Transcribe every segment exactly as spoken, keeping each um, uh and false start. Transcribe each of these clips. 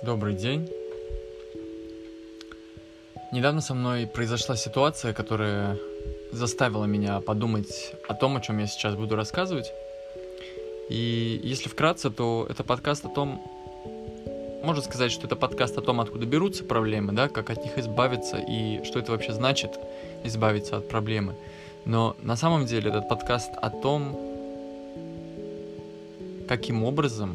Добрый день. Недавно со мной произошла ситуация, которая заставила меня подумать о том, о чем я сейчас буду рассказывать. И если вкратце, то это подкаст о том, можно сказать, что это подкаст о том, откуда берутся проблемы, да, как от них избавиться и что это вообще значит избавиться от проблемы. Но на самом деле этот подкаст о том, каким образом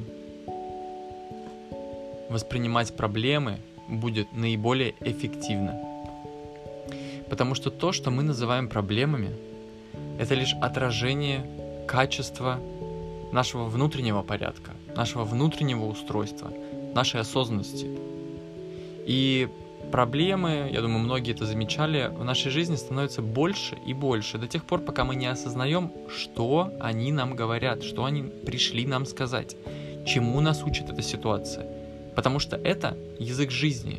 воспринимать проблемы будет наиболее эффективно. Потому что то, что мы называем проблемами, это лишь отражение качества нашего внутреннего порядка, нашего внутреннего устройства, нашей осознанности. И проблемы, я думаю, многие это замечали, в нашей жизни становятся больше и больше до тех пор, пока мы не осознаем, что они нам говорят, что они пришли нам сказать, чему нас учит эта ситуация. Потому что это язык жизни.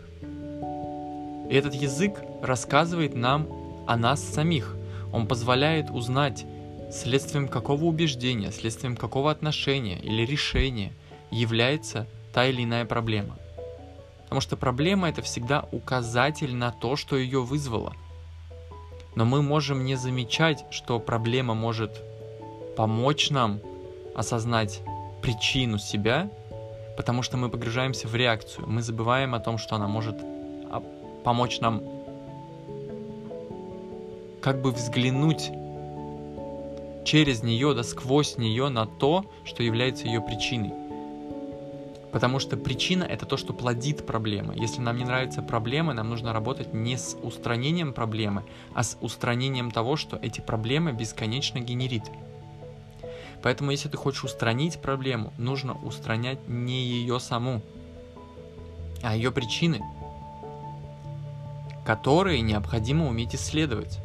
И этот язык рассказывает нам о нас самих. Он позволяет узнать, следствием какого убеждения, следствием какого отношения или решения является та или иная проблема. Потому что проблема — это всегда указатель на то, что ее вызвало. Но мы можем не замечать, что проблема может помочь нам осознать причину себя, потому что мы погружаемся в реакцию. Мы забываем о том, что она может помочь нам как бы взглянуть через нее, да, сквозь нее на то, что является ее причиной. Потому что причина — это то, что плодит проблемы. Если нам не нравится проблема, нам нужно работать не с устранением проблемы, а с устранением того, что эти проблемы бесконечно генерит. Поэтому, если ты хочешь устранить проблему, нужно устранять не ее саму, а ее причины, которые необходимо уметь исследовать.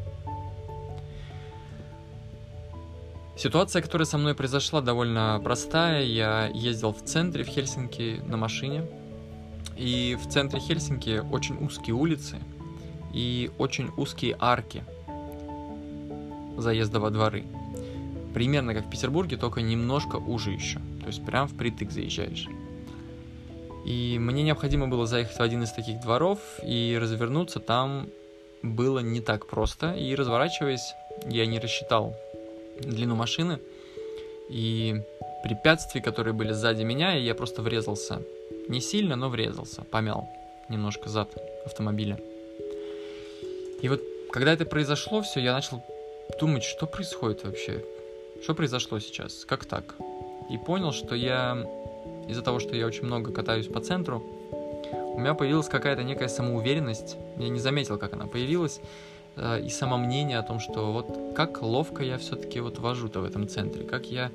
Ситуация, которая со мной произошла, довольно простая. Я ездил в центре, в Хельсинки, на машине. И в центре Хельсинки очень узкие улицы и очень узкие арки заезда во дворы. Примерно как в Петербурге, только немножко уже еще. То есть прям впритык заезжаешь. И мне необходимо было заехать в один из таких дворов, и развернуться там было не так просто. И разворачиваясь, я не рассчитал длину машины и препятствий, которые были сзади меня, и я просто врезался. Не сильно, но врезался, помял немножко зад автомобиля. И вот когда это произошло, все, я начал думать, что происходит вообще. Что произошло сейчас? Как так? И понял, что я, из-за того, что я очень много катаюсь по центру, у меня появилась какая-то некая самоуверенность. Я не заметил, как она появилась. И самомнение о том, что вот как ловко я все-таки вот вожу-то в этом центре. Как я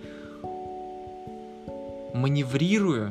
маневрирую,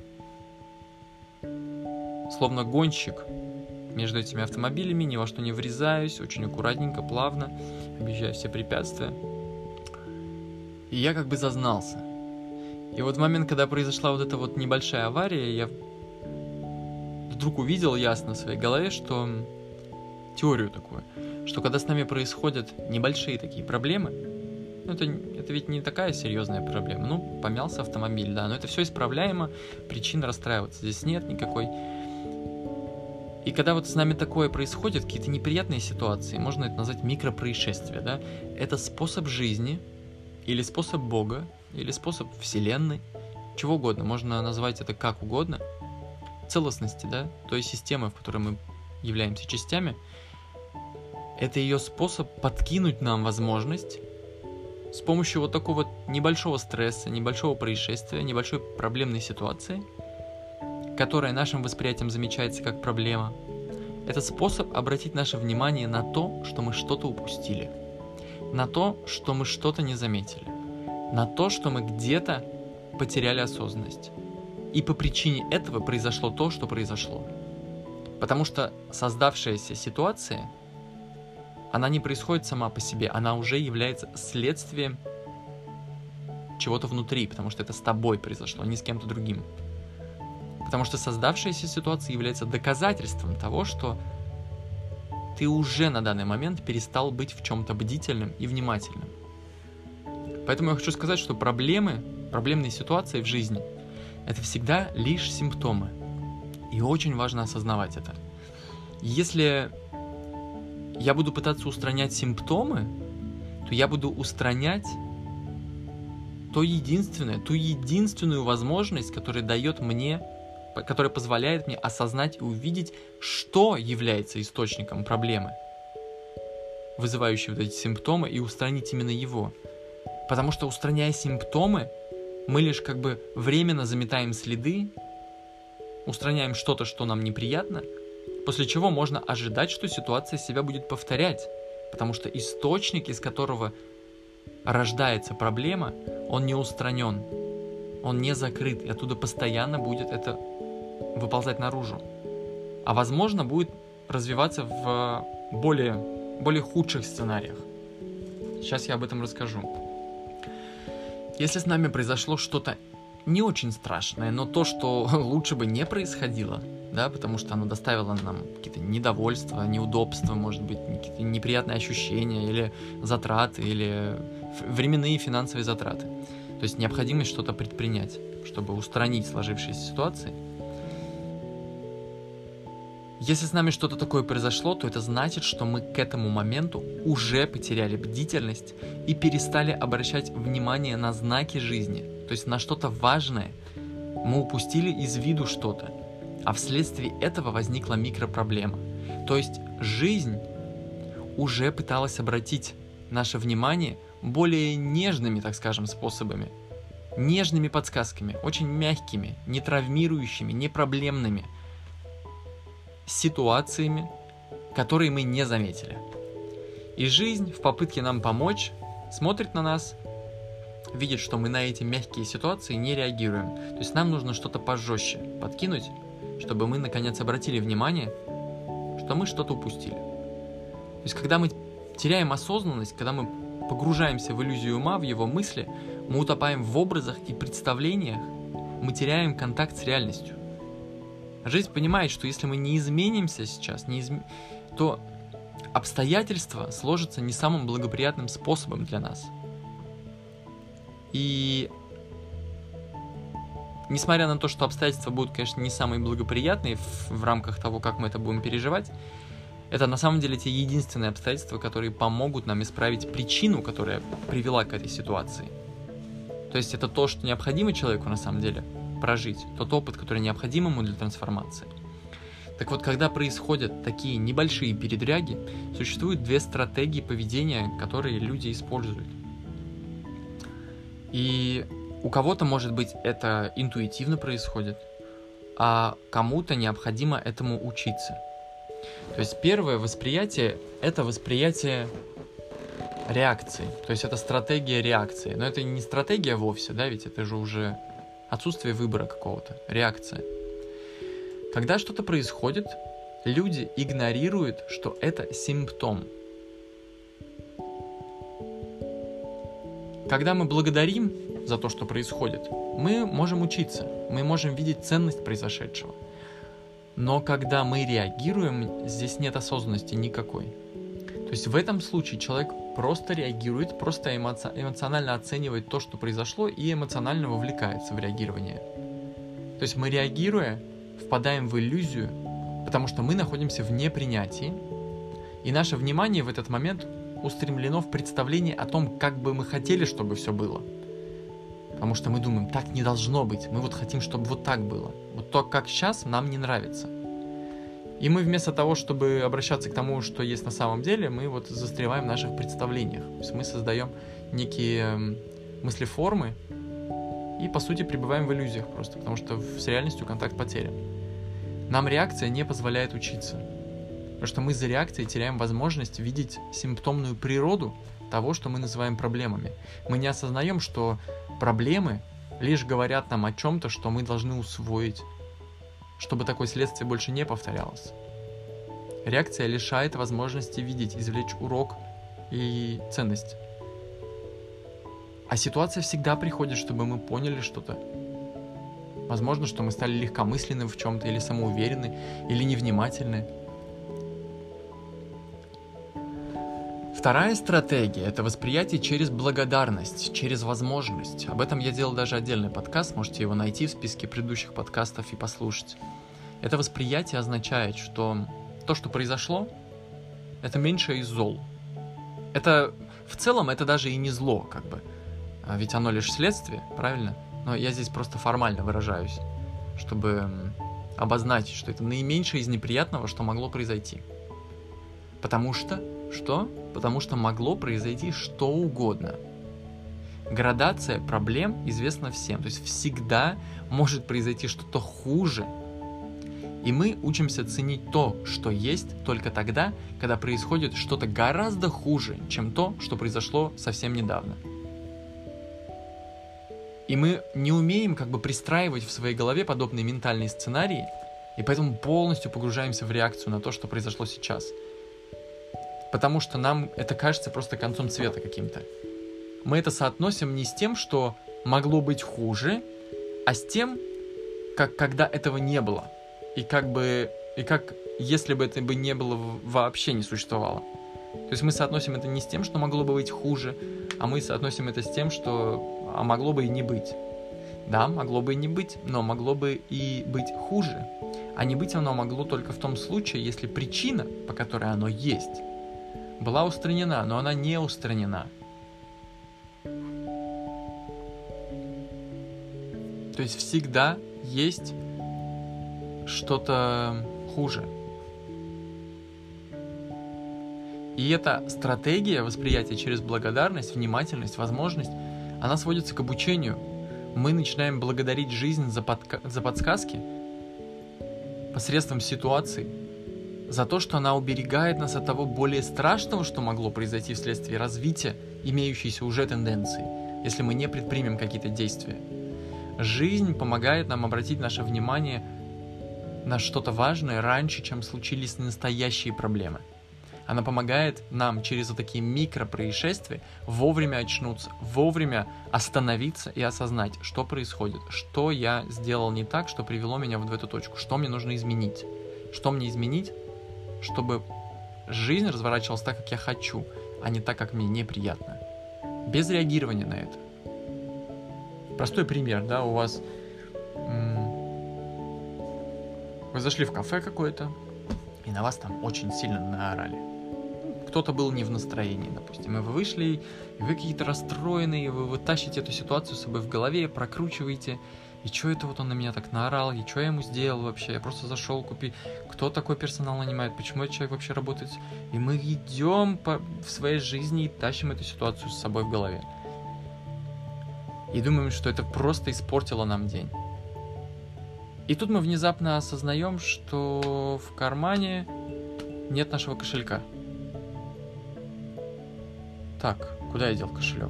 словно гонщик, между этими автомобилями, ни во что не врезаюсь, очень аккуратненько, плавно, объезжаю все препятствия. И я как бы зазнался. И вот в момент, когда произошла вот эта вот небольшая авария, я вдруг увидел ясно в своей голове, что теорию такую, что когда с нами происходят небольшие такие проблемы, ну это, это ведь не такая серьезная проблема, ну помялся автомобиль, да, но это все исправляемо, причин расстраиваться здесь нет никакой. И когда вот с нами такое происходит, какие-то неприятные ситуации, можно это назвать микропроисшествия, да, это способ жизни, или способ Бога, или способ Вселенной, чего угодно, можно назвать это как угодно, целостности, да, той системы, в которой мы являемся частями, это ее способ подкинуть нам возможность с помощью вот такого небольшого стресса, небольшого происшествия, небольшой проблемной ситуации, которая нашим восприятием замечается как проблема. Это способ обратить наше внимание на то, что мы что-то упустили, на то, что мы что-то не заметили, на то, что мы где-то потеряли осознанность. И по причине этого произошло то, что произошло. Потому что создавшаяся ситуация, она не происходит сама по себе, она уже является следствием чего-то внутри, потому что это с тобой произошло, не с кем-то другим. Потому что создавшаяся ситуация является доказательством того, что ты уже на данный момент перестал быть в чем-то бдительным и внимательным. Поэтому я хочу сказать, что проблемы, проблемные ситуации в жизни — это всегда лишь симптомы. И очень важно осознавать это. Если я буду пытаться устранять симптомы, то я буду устранять то единственное, ту единственную возможность, которая дает мне, которая позволяет мне осознать и увидеть, что является источником проблемы, вызывающей вот эти симптомы, и устранить именно его. Потому что, устраняя симптомы, мы лишь как бы временно заметаем следы, устраняем что-то, что нам неприятно, после чего можно ожидать, что ситуация себя будет повторять, потому что источник, из которого рождается проблема, он не устранен, он не закрыт, и оттуда постоянно будет это выползать наружу. А возможно, будет развиваться в более, более худших сценариях. Сейчас я об этом расскажу. Если с нами произошло что-то не очень страшное, но то, что лучше бы не происходило, да, потому что оно доставило нам какие-то недовольства, неудобства, может быть, какие-то неприятные ощущения, или затраты, или временные финансовые затраты. То есть необходимость что-то предпринять, чтобы устранить сложившиеся ситуации. Если с нами что-то такое произошло, то это значит, что мы к этому моменту уже потеряли бдительность и перестали обращать внимание на знаки жизни, то есть на что-то важное. Мы упустили из виду что-то, а вследствие этого возникла микропроблема. То есть жизнь уже пыталась обратить наше внимание более нежными, так скажем, способами, нежными подсказками, очень мягкими, не травмирующими, не проблемными ситуациями, которые мы не заметили. И жизнь в попытке нам помочь смотрит на нас, видит, что мы на эти мягкие ситуации не реагируем. То есть нам нужно что-то пожестче подкинуть, чтобы мы наконец обратили внимание, что мы что-то упустили. То есть когда мы теряем осознанность, когда мы погружаемся в иллюзию ума, в его мысли, мы утопаем в образах и представлениях, мы теряем контакт с реальностью. Жизнь понимает, что если мы не изменимся сейчас, не изм... то обстоятельства сложатся не самым благоприятным способом для нас. И несмотря на то, что обстоятельства будут, конечно, не самые благоприятные в, в рамках того, как мы это будем переживать, это на самом деле те единственные обстоятельства, которые помогут нам исправить причину, которая привела к этой ситуации. То есть это то, что необходимо человеку на самом деле прожить, тот опыт, который необходим ему для трансформации. Так вот, когда происходят такие небольшие передряги, существуют две стратегии поведения, которые люди используют. И у кого-то, может быть, это интуитивно происходит, а кому-то необходимо этому учиться. То есть первое восприятие – это восприятие реакции, то есть это стратегия реакции. Но это не стратегия вовсе, да, ведь это же уже отсутствие выбора какого-то, реакция. Когда что-то происходит, люди игнорируют, что это симптом. Когда мы благодарим за то, что происходит, мы можем учиться, мы можем видеть ценность произошедшего. Но когда мы реагируем, здесь нет осознанности никакой. То есть в этом случае человек просто реагирует, просто эмоци- эмоционально оценивает то, что произошло, и эмоционально вовлекается в реагирование. То есть мы, реагируя, впадаем в иллюзию, потому что мы находимся в непринятии, и наше внимание в этот момент устремлено в представление о том, как бы мы хотели, чтобы все было. Потому что мы думаем, так не должно быть, мы вот хотим, чтобы вот так было. Вот то, как сейчас, нам не нравится. И мы вместо того, чтобы обращаться к тому, что есть на самом деле, мы вот застреваем в наших представлениях. То есть мы создаем некие мыслеформы и, по сути, пребываем в иллюзиях просто, потому что с реальностью контакт потерян. Нам реакция не позволяет учиться, потому что мы за реакцией теряем возможность видеть симптомную природу того, что мы называем проблемами. Мы не осознаем, что проблемы лишь говорят нам о чем-то, что мы должны усвоить, чтобы такое следствие больше не повторялось. Реакция лишает возможности видеть, извлечь урок и ценность. А ситуация всегда приходит, чтобы мы поняли что-то. Возможно, что мы стали легкомысленны в чем-то, или самоуверенны, или невнимательны. Вторая стратегия – это восприятие через благодарность, через возможность. Об этом я делал даже отдельный подкаст, можете его найти в списке предыдущих подкастов и послушать. Это восприятие означает, что то, что произошло, это меньше из зол. Это в целом это даже и не зло, как бы. А ведь оно лишь следствие, правильно? Но я здесь просто формально выражаюсь, чтобы обозначить, что это наименьшее из неприятного, что могло произойти. Потому что, что? Потому что могло произойти что угодно. Градация проблем известна всем. То есть всегда может произойти что-то хуже. И мы учимся ценить то, что есть, только тогда, когда происходит что-то гораздо хуже, чем то, что произошло совсем недавно. И мы не умеем как бы пристраивать в своей голове подобные ментальные сценарии, и поэтому полностью погружаемся в реакцию на то, что произошло сейчас. Потому что нам это кажется просто концом света каким-то. Мы это соотносим не с тем, что могло быть хуже, а с тем, как когда этого не было. И как бы, и как если бы это бы не было, вообще не существовало. То есть мы соотносим это не с тем, что могло бы быть хуже, а мы соотносим это с тем, что а могло бы и не быть. Да, могло бы и не быть, но могло бы и быть хуже. А не быть оно могло только в том случае, если причина, по которой оно есть, была устранена, но она не устранена. То есть всегда есть что-то хуже. И эта стратегия восприятия через благодарность, внимательность, возможность, она сводится к обучению. Мы начинаем благодарить жизнь за, подка- за подсказки посредством ситуаций, за то, что она уберегает нас от того более страшного, что могло произойти вследствие развития имеющейся уже тенденции, если мы не предпримем какие-то действия. Жизнь помогает нам обратить наше внимание на что-то важное раньше, чем случились настоящие проблемы. Она помогает нам через вот такие микропроисшествия вовремя очнуться, вовремя остановиться и осознать, что происходит, что я сделал не так, что привело меня вот в эту точку, что мне нужно изменить, что мне изменить, чтобы жизнь разворачивалась так, как я хочу, а не так, как мне неприятно. Без реагирования на это. Простой пример, да, у вас... М- вы зашли в кафе какое-то, и на вас там очень сильно наорали. Кто-то был не в настроении, допустим, и вы вышли, и вы какие-то расстроенные, вы, вы тащите эту ситуацию с собой в голове, прокручиваете, и что это вот он на меня так наорал, и что я ему сделал вообще, я просто зашел купить, кто такой персонал нанимает, почему этот человек вообще работает, и мы идем по, в своей жизни и тащим эту ситуацию с собой в голове. И думаем, что это просто испортило нам день. И тут мы внезапно осознаем, что в кармане нет нашего кошелька. Так, куда я дел кошелек?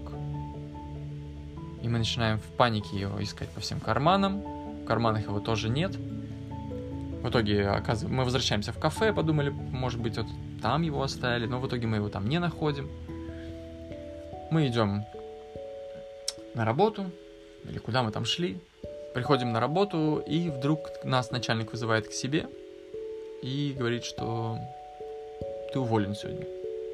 И мы начинаем в панике его искать по всем карманам. В карманах его тоже нет. В итоге, оказывается, мы возвращаемся в кафе, подумали, может быть, вот там его оставили, но в итоге мы его там не находим. Мы идем на работу, или куда мы там шли. Приходим на работу, и вдруг нас начальник вызывает к себе и говорит, что ты уволен сегодня.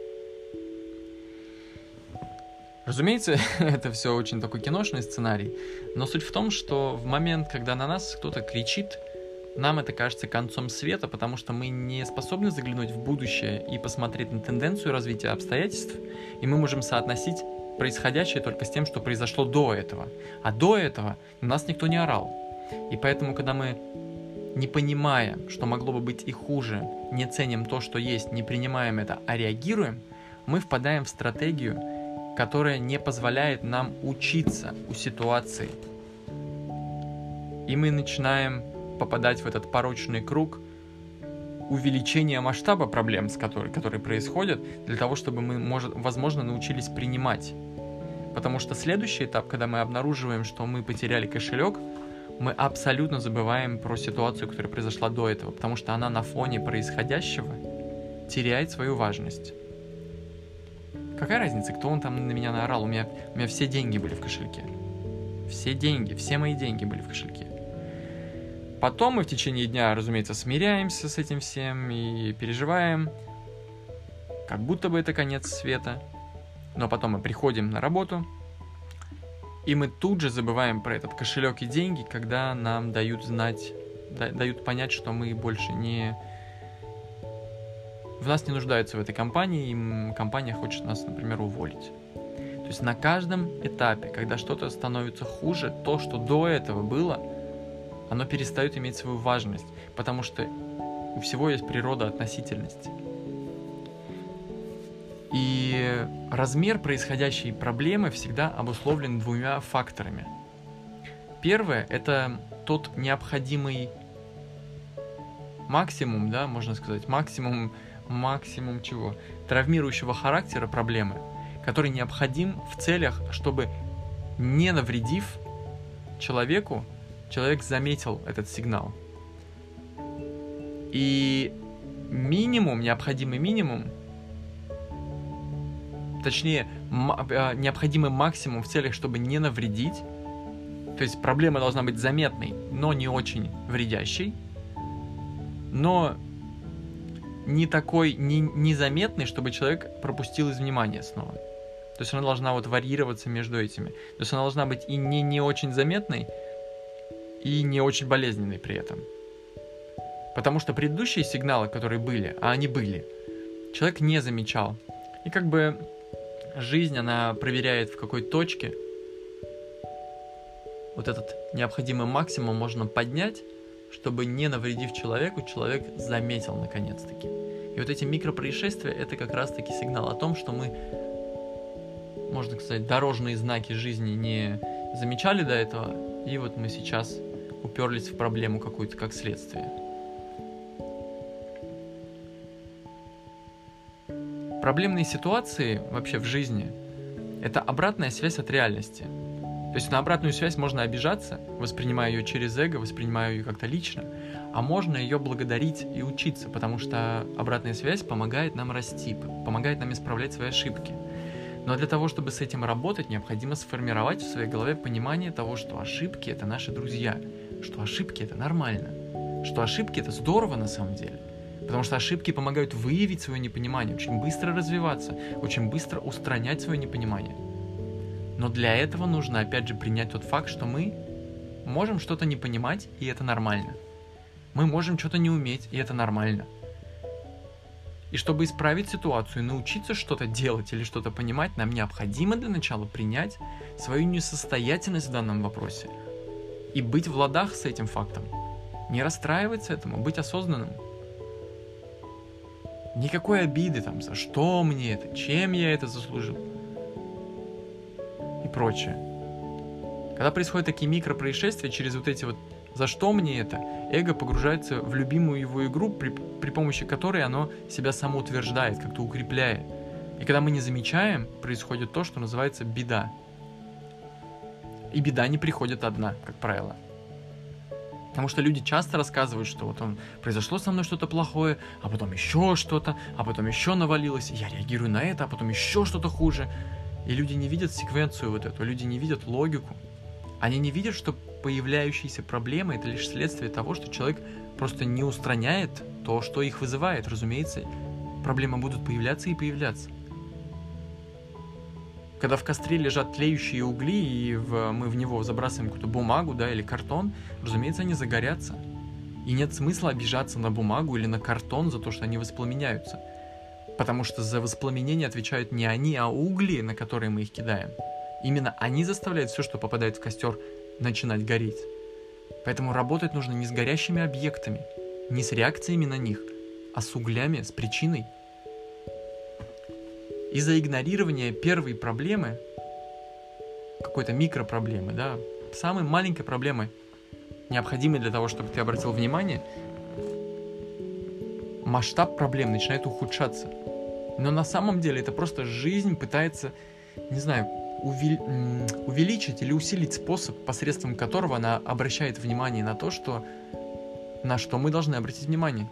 Разумеется, это все очень такой киношный сценарий, но суть в том, что в момент, когда на нас кто-то кричит, нам это кажется концом света, потому что мы не способны заглянуть в будущее и посмотреть на тенденцию развития обстоятельств, и мы можем соотносить происходящее только с тем, что произошло до этого. А до этого на нас никто не орал. И поэтому, когда мы, не понимая, что могло бы быть и хуже, не ценим то, что есть, не принимаем это, а реагируем, мы впадаем в стратегию, которая не позволяет нам учиться у ситуации. И мы начинаем попадать в этот порочный круг увеличения масштаба проблем, с которой, которые происходят, для того, чтобы мы, может, возможно, научились принимать. Потому что следующий этап, когда мы обнаруживаем, что мы потеряли кошелек, мы абсолютно забываем про ситуацию, которая произошла до этого, потому что она на фоне происходящего теряет свою важность. Какая разница, кто он там на меня наорал? У меня, у меня все деньги были в кошельке. Все деньги, все мои деньги были в кошельке. Потом мы в течение дня, разумеется, смиряемся с этим всем и переживаем, как будто бы это конец света. Но потом мы приходим на работу, и мы тут же забываем про этот кошелек и деньги, когда нам дают знать дают понять, что мы больше не... В нас не нуждаются в этой компании, и компания хочет нас, например, уволить. То есть на каждом этапе, когда что-то становится хуже, то, что до этого было, оно перестает иметь свою важность, потому что у всего есть природа относительности. И размер происходящей проблемы всегда обусловлен двумя факторами. Первое – это тот необходимый максимум, да, можно сказать, максимум, максимум чего? Травмирующего характера проблемы, который необходим в целях, чтобы, не навредив человеку, человек заметил этот сигнал. И минимум, необходимый минимум, точнее, м- необходимый максимум в целях, чтобы не навредить, то есть проблема должна быть заметной, но не очень вредящей, но не такой, не, незаметной, чтобы человек пропустил из внимания снова. То есть она должна вот варьироваться между этими. То есть она должна быть и не, не очень заметной, и не очень болезненной при этом. Потому что предыдущие сигналы, которые были, а они были, человек не замечал. И как бы жизнь, она проверяет, в какой точке вот этот необходимый максимум можно поднять, чтобы, не навредив человеку, человек заметил наконец-таки. И вот эти микропроисшествия — это как раз-таки сигнал о том, что мы, можно сказать, дорожные знаки жизни не замечали до этого, и вот мы сейчас уперлись в проблему какую-то как следствие. Проблемные ситуации вообще в жизни — это обратная связь от реальности. То есть на обратную связь можно обижаться, воспринимая ее через эго, воспринимая ее как-то лично, а можно ее благодарить и учиться, потому что обратная связь помогает нам расти, помогает нам исправлять свои ошибки. Но для того, чтобы с этим работать, необходимо сформировать в своей голове понимание того, что ошибки — это наши друзья, что ошибки — это нормально, что ошибки — это здорово на самом деле. Потому что ошибки помогают выявить свое непонимание, очень быстро развиваться, очень быстро устранять свое непонимание. Но для этого нужно, опять же, принять тот факт, что мы можем что-то не понимать, и это нормально. Мы можем что-то не уметь, и это нормально. И чтобы исправить ситуацию и научиться что-то делать или что-то понимать, нам необходимо для начала принять свою несостоятельность в данном вопросе и быть в ладах с этим фактом. Не расстраиваться этому, быть осознанным. Никакой обиды там, за что мне это, чем я это заслужил и прочее. Когда происходят такие микропроисшествия, через вот эти вот «за что мне это?», эго погружается в любимую его игру, при, при помощи которой оно себя самоутверждает, как-то укрепляет. И когда мы не замечаем, происходит то, что называется беда. И беда не приходит одна, как правило. Потому что люди часто рассказывают, что вот он, произошло со мной что-то плохое, а потом еще что-то, а потом еще навалилось, я реагирую на это, а потом еще что-то хуже. И люди не видят секвенцию вот эту, люди не видят логику. Они не видят, что появляющиеся проблемы — это лишь следствие того, что человек просто не устраняет то, что их вызывает. Разумеется, проблемы будут появляться и появляться. Когда в костре лежат тлеющие угли, и в, мы в него забрасываем какую-то бумагу, да, или картон, разумеется, они загорятся. И нет смысла обижаться на бумагу или на картон за то, что они воспламеняются. Потому что за воспламенение отвечают не они, а угли, на которые мы их кидаем. Именно они заставляют все, что попадает в костер, начинать гореть. Поэтому работать нужно не с горящими объектами, не с реакциями на них, а с углями, с причиной. Из-за игнорирования первой проблемы, какой-то микропроблемы, да, самой маленькой проблемы, необходимой для того, чтобы ты обратил внимание, масштаб проблем начинает ухудшаться. Но на самом деле это просто жизнь пытается, не знаю, увели... увеличить или усилить способ, посредством которого она обращает внимание на то, что... на что мы должны обратить внимание.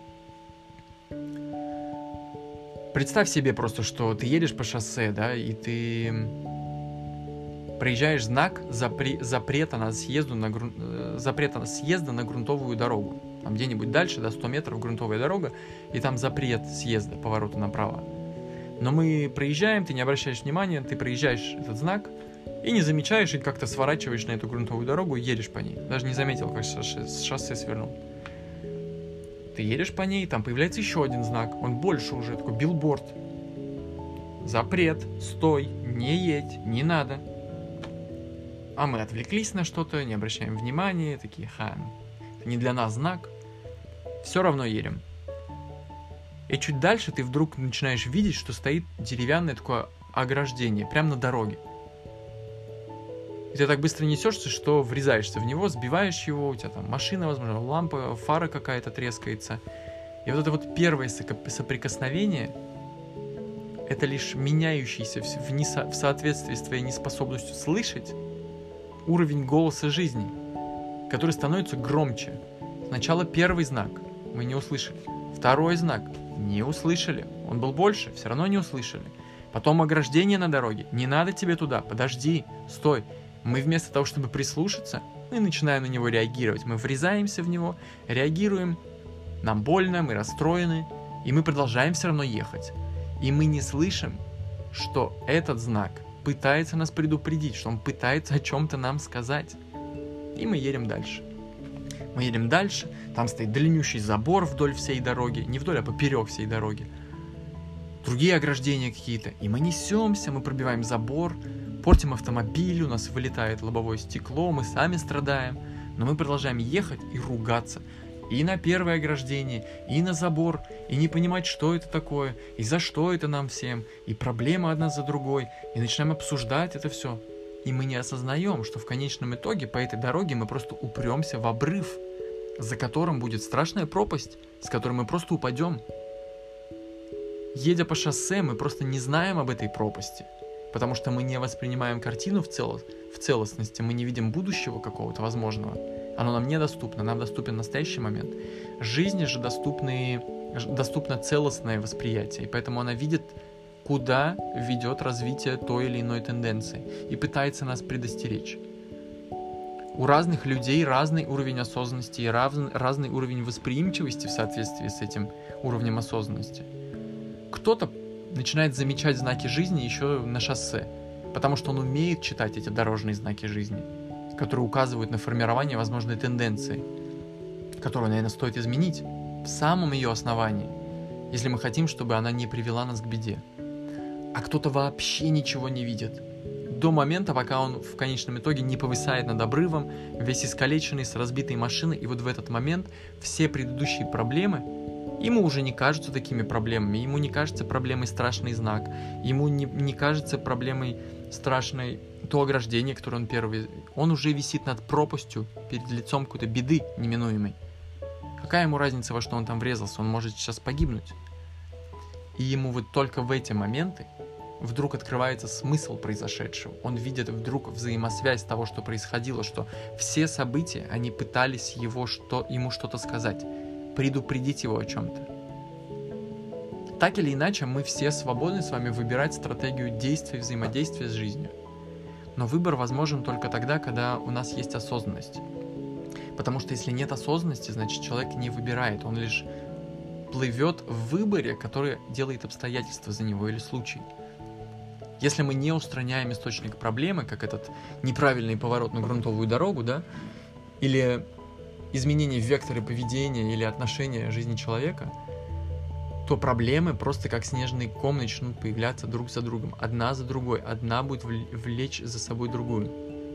Представь себе просто, что ты едешь по шоссе, да, и ты проезжаешь знак запре... запрета на съезду на грун... запрета на съезда на грунтовую дорогу. Там где-нибудь дальше, да, сто метров грунтовая дорога, и там запрет съезда, поворота направо. Но мы проезжаем, ты не обращаешь внимания, ты проезжаешь этот знак и не замечаешь, и как-то сворачиваешь на эту грунтовую дорогу и едешь по ней. Даже не заметил, как с шоссе, с шоссе свернул. Ты едешь по ней, там появляется еще один знак, он больше уже, такой билборд. Запрет, стой, не едь, не надо. А мы отвлеклись на что-то, не обращаем внимания, такие, ха, это не для нас знак. Все равно едем. И чуть дальше ты вдруг начинаешь видеть, что стоит деревянное такое ограждение, прямо на дороге. И ты так быстро несешься, что врезаешься в него, сбиваешь его, у тебя там машина, возможно, лампа, фара какая-то трескается. И вот это вот первое соприкосновение, это лишь меняющийся в, несо- в соответствии с твоей неспособностью слышать уровень голоса жизни, который становится громче. Сначала первый знак мы не услышали, второй знак не услышали, он был больше, все равно не услышали. Потом ограждение на дороге, не надо тебе туда, подожди, стой. Мы вместо того, чтобы прислушаться, мы начинаем на него реагировать. Мы врезаемся в него, реагируем, нам больно, мы расстроены, и мы продолжаем все равно ехать. И мы не слышим, что этот знак пытается нас предупредить, что он пытается о чем-то нам сказать. И мы едем дальше. Мы едем дальше, там стоит длиннющий забор вдоль всей дороги, не вдоль, а поперек всей дороги. Другие ограждения какие-то. И мы несемся, мы пробиваем забор, портим автомобиль, у нас вылетает лобовое стекло, мы сами страдаем. Но мы продолжаем ехать и ругаться. И на первое ограждение, и на забор, и не понимать, что это такое, и за что это нам всем, и проблема одна за другой, и начинаем обсуждать это все. И мы не осознаем, что в конечном итоге по этой дороге мы просто упремся в обрыв, за которым будет страшная пропасть, с которой мы просто упадем. Едя по шоссе, мы просто не знаем об этой пропасти, потому что мы не воспринимаем картину в, цел... в целостности, мы не видим будущего какого-то возможного. Оно нам недоступно, нам доступен настоящий момент. Жизни же доступны, доступно целостное восприятие, и поэтому она видит, куда ведет развитие той или иной тенденции, и пытается нас предостеречь. У разных людей разный уровень осознанности и раз, разный уровень восприимчивости в соответствии с этим уровнем осознанности. Кто-то начинает замечать знаки жизни еще на шоссе, потому что он умеет читать эти дорожные знаки жизни, которые указывают на формирование возможной тенденции, которую, наверное, стоит изменить в самом ее основании, если мы хотим, чтобы она не привела нас к беде. А кто-то вообще ничего не видит до момента, пока он в конечном итоге не повисает над обрывом, весь искалеченный, с разбитой машиной, и вот в этот момент все предыдущие проблемы ему уже не кажутся такими проблемами, ему не кажется проблемой страшный знак, ему не, не кажется проблемой страшной то ограждение, которое он первый... Он уже висит над пропастью перед лицом какой-то беды неминуемой. Какая ему разница, во что он там врезался? Он может сейчас погибнуть. И ему вот только в эти моменты вдруг открывается смысл произошедшего. Он видит вдруг взаимосвязь того, что происходило, что все события, они пытались его что, ему что-то сказать, предупредить его о чем-то. Так или иначе, мы все свободны с вами выбирать стратегию действий, взаимодействия с жизнью. Но выбор возможен только тогда, когда у нас есть осознанность. Потому что если нет осознанности, значит человек не выбирает, он лишь плывет в выборе, который делает обстоятельства за него или случай. Если мы не устраняем источник проблемы, как этот неправильный поворот на грунтовую дорогу, да, или изменение в векторе поведения или отношения жизни человека, то проблемы просто как снежный ком начнут появляться друг за другом, одна за другой, одна будет влечь за собой другую.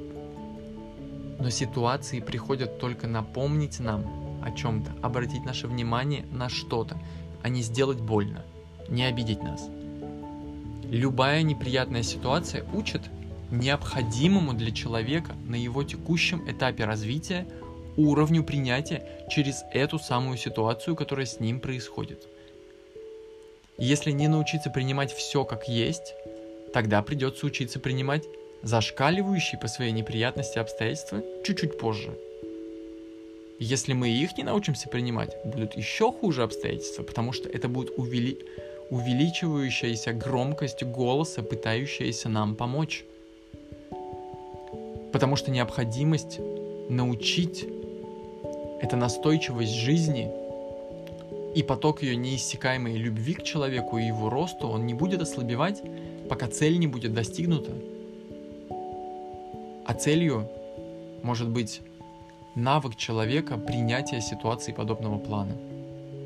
Но ситуации приходят только напомнить нам о чем-то, обратить наше внимание на что-то, а не сделать больно, не обидеть нас. Любая неприятная ситуация учит необходимому для человека на его текущем этапе развития уровню принятия через эту самую ситуацию, которая с ним происходит. Если не научиться принимать все как есть, тогда придется учиться принимать зашкаливающие по своей неприятности обстоятельства чуть-чуть позже. Если мы их не научимся принимать, будут еще хуже обстоятельства, потому что это будет увели... увеличивающаяся громкость голоса, пытающаяся нам помочь. Потому что необходимость научить — это настойчивость жизни и поток ее неиссякаемой любви к человеку и его росту, он не будет ослабевать, пока цель не будет достигнута. А целью может быть навык человека принятия ситуации подобного плана.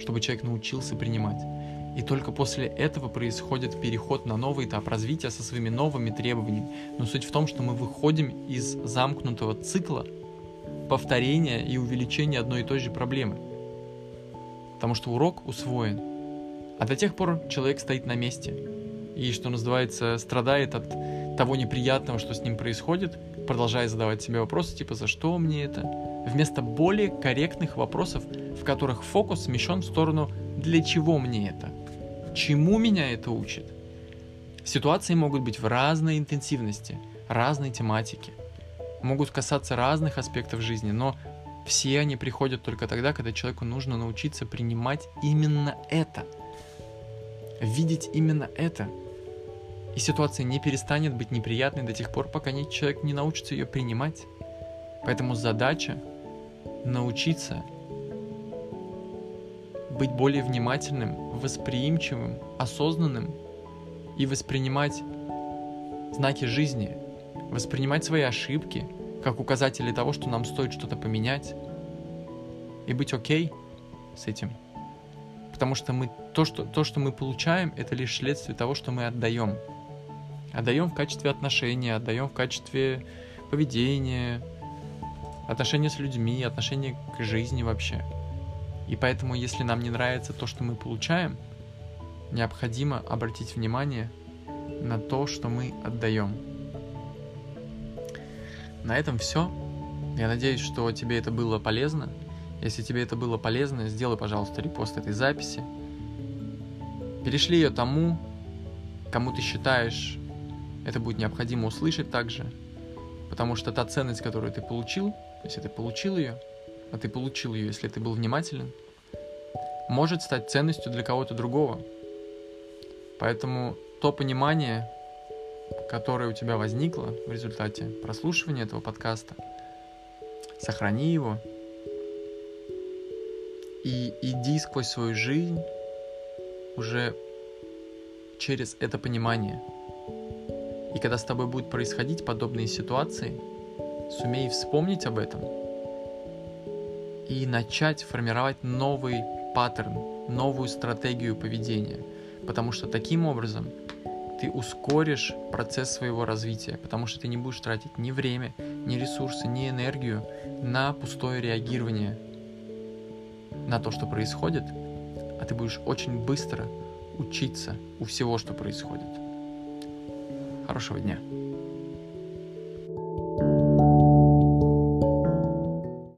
чтобы человек научился принимать. И только после этого происходит переход на новый этап развития со своими новыми требованиями. Но суть в том, что мы выходим из замкнутого цикла повторения и увеличения одной и той же проблемы. Потому что урок усвоен. А до тех пор человек стоит на месте и, что называется, страдает от того неприятного, что с ним происходит, продолжая задавать себе вопросы типа «За что мне это?», вместо более корректных вопросов, в которых фокус смещен в сторону «Для чего мне это?», «Чему меня это учит?». Ситуации могут быть в разной интенсивности, разной тематике, могут касаться разных аспектов жизни, но все они приходят только тогда, когда человеку нужно научиться принимать именно это, видеть именно это. И ситуация не перестанет быть неприятной до тех пор, пока человек не научится ее принимать. Поэтому задача научиться быть более внимательным, восприимчивым, осознанным и воспринимать знаки жизни, воспринимать свои ошибки как указатели того, что нам стоит что-то поменять, и быть окей с этим. Потому что мы, то, что, то, что мы получаем, это лишь следствие того, что мы отдаем. Отдаем в качестве отношения, отдаем в качестве поведения, отношения с людьми, отношения к жизни вообще. И поэтому, если нам не нравится то, что мы получаем, необходимо обратить внимание на то, что мы отдаем. На этом все. Я надеюсь, что тебе это было полезно. Если тебе это было полезно, сделай, пожалуйста, репост этой записи. Перешли ее тому, кому ты считаешь, это будет необходимо услышать также. Потому что та ценность, которую ты получил, если ты получил ее, а ты получил ее, если ты был внимателен, может стать ценностью для кого-то другого. Поэтому то понимание, которое у тебя возникло в результате прослушивания этого подкаста, сохрани его и иди сквозь свою жизнь уже через это понимание. И когда с тобой будут происходить подобные ситуации, сумей вспомнить об этом и начать формировать новый паттерн, новую стратегию поведения. Потому что таким образом ты ускоришь процесс своего развития, потому что ты не будешь тратить ни время, ни ресурсы, ни энергию на пустое реагирование на то, что происходит, а ты будешь очень быстро учиться у всего, что происходит. Хорошего дня.